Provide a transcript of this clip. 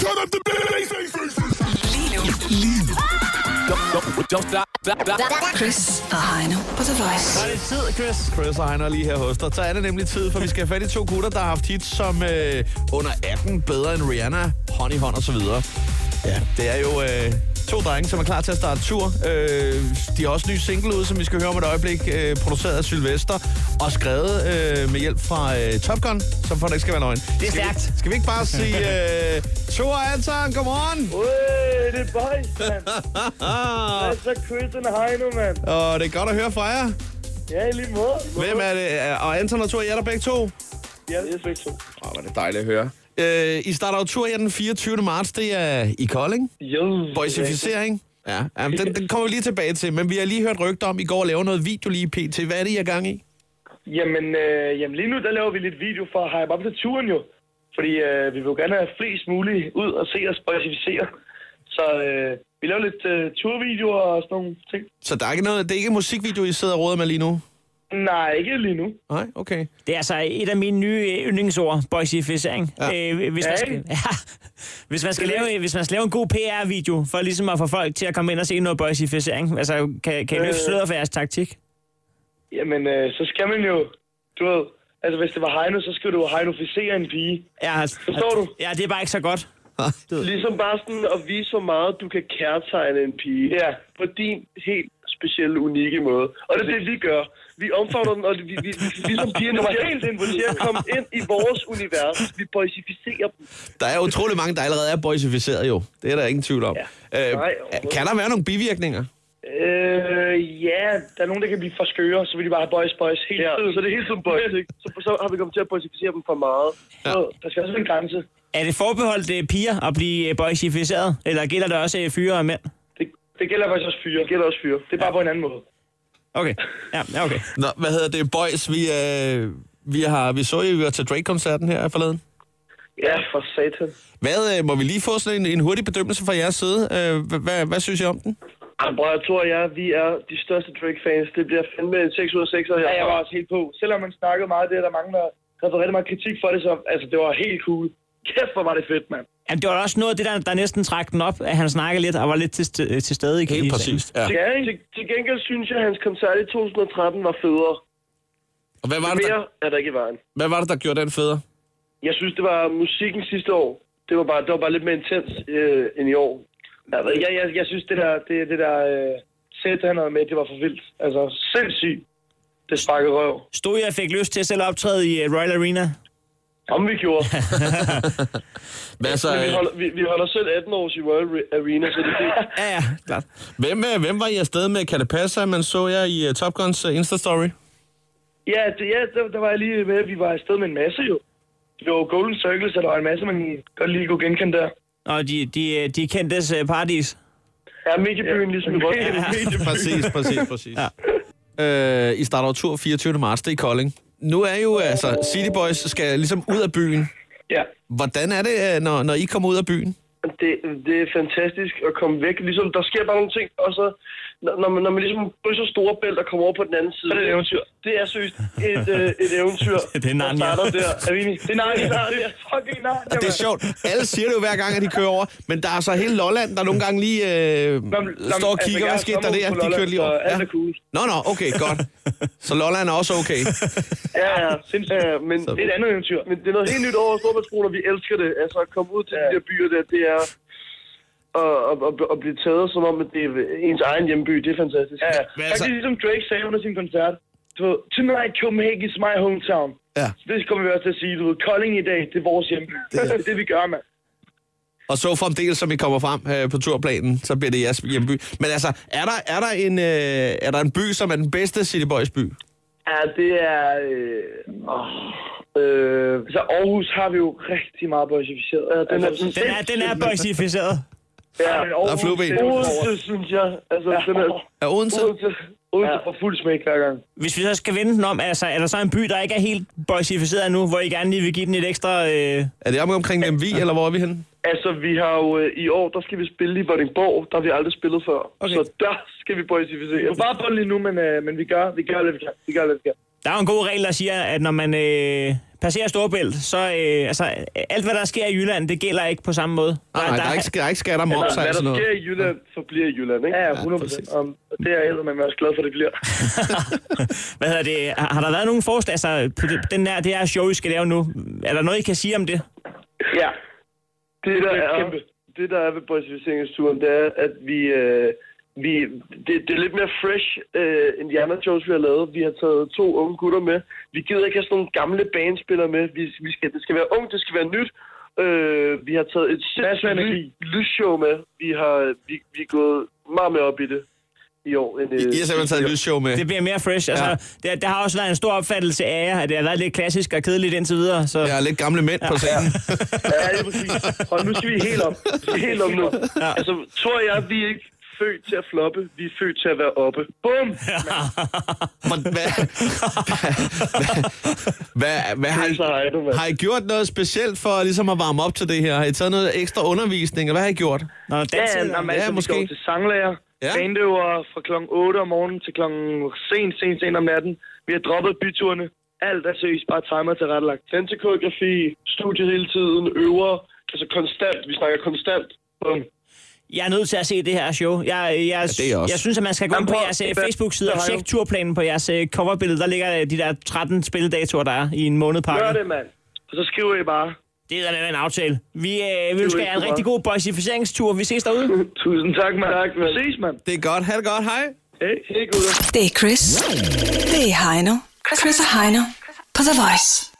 Lige nu. Chris og Heino på The Voice. Så er det tid, Chris og Heino er lige her hos dig. Så er det nemlig tid, for vi skal have fat i 2 gutter, der har haft hits som under 18, bedre end Rihanna, hånd i hånd og så videre. Ja, det er jo 2 drenge, som er klar til at starte tur. De har også en ny single ud, som vi skal høre om et øjeblik, produceret af Sylvester og skrevet med hjælp fra Top Gun, som for det ikke skal være nøgen. Det er stærkt. Skal vi ikke bare sige Thor og Anton, godmorgen? Det er boys, mand. Det er så Chris og Heino, mand. Og det er godt at høre fra jer. Ja, i lige måde. Hvem er det? Og Anton og Thor, er der begge to? Ja, det er begge to. Hvor er det dejligt at høre. I starter jo tur her den 24. marts, det er i Kolding. Jo. Boysificering. Ja, den kommer vi lige tilbage til, men vi har lige hørt rygter om, I går og laver noget video lige pt. Hvad er det, I er gang i? Jamen lige nu, der laver vi lidt video for at hype op til turen jo. Fordi vi vil jo gerne have flest muligt ud og se os boysificere. Så vi laver lidt turvideoer og sådan nogle ting. Så der er ikke noget, det er ikke en musikvideo, I sidder og råder med lige nu? Nej, ikke lige nu. Nej, okay. Det er altså et af mine nye yndlingsord, boysificering. Ja. Hvis man skal lave en god PR-video, for ligesom at få folk til at komme ind og se noget boysificering, altså kan I løfte sløret for jeres taktik? Jamen, så skal man jo, du ved, altså hvis det var Heino, så skal du jo heinoficere en pige. Ja, forstår du? Ja, det er bare ikke så godt. Ligesom bare sådan at vise, hvor meget du kan kærtegne en pige. Ja, på din helt specielle, unikke måde. Og det er det, vi gør. Vi omfavner den, og vi ligesom pigerne var helt inviteret at komme ind i vores univers. Vi boysificerer dem. Der er utrolig mange, der allerede er boysificeret jo. Det er der ingen tvivl om. Ja. Kan der være nogle bivirkninger? Ja, der er nogen, der kan blive for skøre, så vil de bare have boys hele tiden. Så det er helt som boys, ikke? Så har vi kommet til at boysificere dem for meget. Ja. Så der skal også en grænse. Er det forbeholdt piger at blive boysificeret, eller gælder det også fyre og mænd? Det gælder faktisk også fyre. Det gælder også fyre. Det er bare på en anden måde. Okay. Ja, okay. Nå, hvad hedder det, boys? Vi så jo til Drake-koncerten her forleden. Ja, for satan. Må vi lige få sådan en hurtig bedømmelse fra jeres side? Hvad synes I om den? Jeg tror, vi er de største Drake-fans. Det bliver fandme en 6 ud af 6 her. Ja, jeg var også helt på. Selvom man snakkede meget af det, der mange, der havde fået rigtig meget kritik for det, så altså, det var helt cool. Kæft, hvor var det fedt, mand. Jamen, det var også noget af det, der næsten trak den op, at han snakkede lidt og var lidt til stede i helt præcis, ja. Til gengæld synes jeg, at hans koncert i 2013 var federe. Og hvad var det mere er der ikke i vejen. Hvad var det, der gjorde den federe? Jeg synes, det var musikken sidste år. Det var bare lidt mere intens end i år. Jeg synes, det der sæt, han havde med, det var for vildt. Altså, sindssygt. Det sparkede røv. Stod jeg og fik lyst til at selv optræde i Royal Arena? Om vi gjorde. Altså, vi holder selv 18 år i Royal Arena, så det er det. Ja, klart. Hvem var I afsted med? Kan det passe, at man så jer i Top Guns Insta-story? Ja, der var jeg lige med. Vi var afsted med en masse jo. Det var Golden Circle, så der var en masse, man godt lige kunne genkende der. Og de kendtes paradis? Ja, mediebyen ligesom i Roskilde. Præcis. Ja. I starter tur 24. marts, det er i Kolding. Nu er jo, City Boys skal ligesom ud af byen. Ja. Hvordan er det, når I kommer ud af byen? Det er fantastisk at komme væk. Ligesom, der sker bare nogle ting, og så når man ligesom krydser Storebælt og kommer over på den anden side. Så er det et eventyr. Det er seriøst et eventyr. Det er Narnia. Der. Er vi enige? Det er Narnia. Det er fucking Narnia. Og det er sjovt. Alle siger det jo hver gang, at de kører over. Men der er så hele Lolland, der nogle gange lige står og kigger. Hvad skete der der? De kører lige over. Alt er cool. Nå, okay, godt. Så Lolland er også okay. Ja, men det er et andet eventyr. Men det er noget helt nyt over Storebæltsbroen, og vi elsker det. Altså at komme ud til de der byer der, det er... Og blive taget som om, at det er ens egen hjemby, det er fantastisk. Ja. Faktisk ligesom Drake sagde under sin koncert. Tonight Copenhagen is my hometown. Ja. Så det kommer vi også til at sige. Kolding i dag, det er vores hjemby. Det er det, vi gør, mand. Og så fremdeles, som vi kommer frem på turplanen, så bliver det jeres hjemby. Men altså, er der en by, som er den bedste City Boys by? Ja, det er... så Aarhus har vi jo rigtig meget boysificeret. Den er boysificeret. Ja, der er flueben. Odense, synes jeg. Altså, er Odense? Odense får fuld smæk hver gang. Hvis vi så skal vende den om, altså, er der så en by, der ikke er helt boysificeret nu, hvor I gerne lige vil give den et ekstra... Er det omkring Lemvig, eller hvor er vi henne? Altså, vi har jo i år, der skal vi spille i Vordingborg. Der har vi aldrig spillet før. Okay. Så der skal vi boysificere. Det er bare på lige nu, men vi gør det, vi kan. Der er jo en god regel, der siger, at når man passerer Storebælt, så alt, hvad der sker i Jylland, det gælder ikke på samme måde. Der er ikke skat og moms. Hvad der sker i Jylland, så bliver i Jylland, ikke? Ja, 100%. Og det er jeg også glad for, det bliver. Hvad hedder det? Har der været nogen forslag, altså, på det her show, I skal lave nu? Er der noget, I kan sige om det? Ja. Det, der er ved boysificeringsturen, det er, at det er lidt mere fresh end de andre shows, vi har lavet. Vi har taget 2 unge gutter med. Vi gider ikke have sådan nogle gamle bandspillere med. Det skal være ungt, det skal være nyt. Vi har taget et lysshow med. Vi er gået meget mere op i det i år. I har simpelthen taget et lysshow med. Det bliver mere fresh. Altså, der har også været en stor opfattelse af jer, at det har været lidt klassisk og kedeligt indtil videre. Så. Ja, lidt gamle mænd på scenen. Ja, det er præcis. Og nu skal vi helt op. Helt op nu. Ja. Altså, tror jeg, vi er ikke født til at floppe. Vi er født til at være oppe. Bum! Har I gjort noget specielt for ligesom at varme op til det her? Har I taget noget ekstra undervisning? Hvad har I gjort? Måske. Vi går til sanglærer. Ja. Bandøver fra klokken 8 om morgenen til klokken sent om natten. Vi har droppet byturene. Alt er seriøst bare timer til retlagt. Danse koreografi, studie hele tiden, øver. Altså konstant. Vi snakker konstant. Bum. Jeg er nødt til at se det her show. Jeg synes, at man skal gå ind på jeres Facebook-side og tjekke turplanen på jeres coverbillede. Der ligger de der 13 spilledatoer, der er i en månedpakke. Gør det, mand. Og så skriver I bare. Det er en aftale. Vi ønsker jer en rigtig god boysificeringstur. Vi ses derude. Tusind tak, mand. Vi ses, mand. Det er godt. Ha' det godt. Hej. Hej, gutter. Det er Chris. Det er Heino. Chris og Heino på The Voice.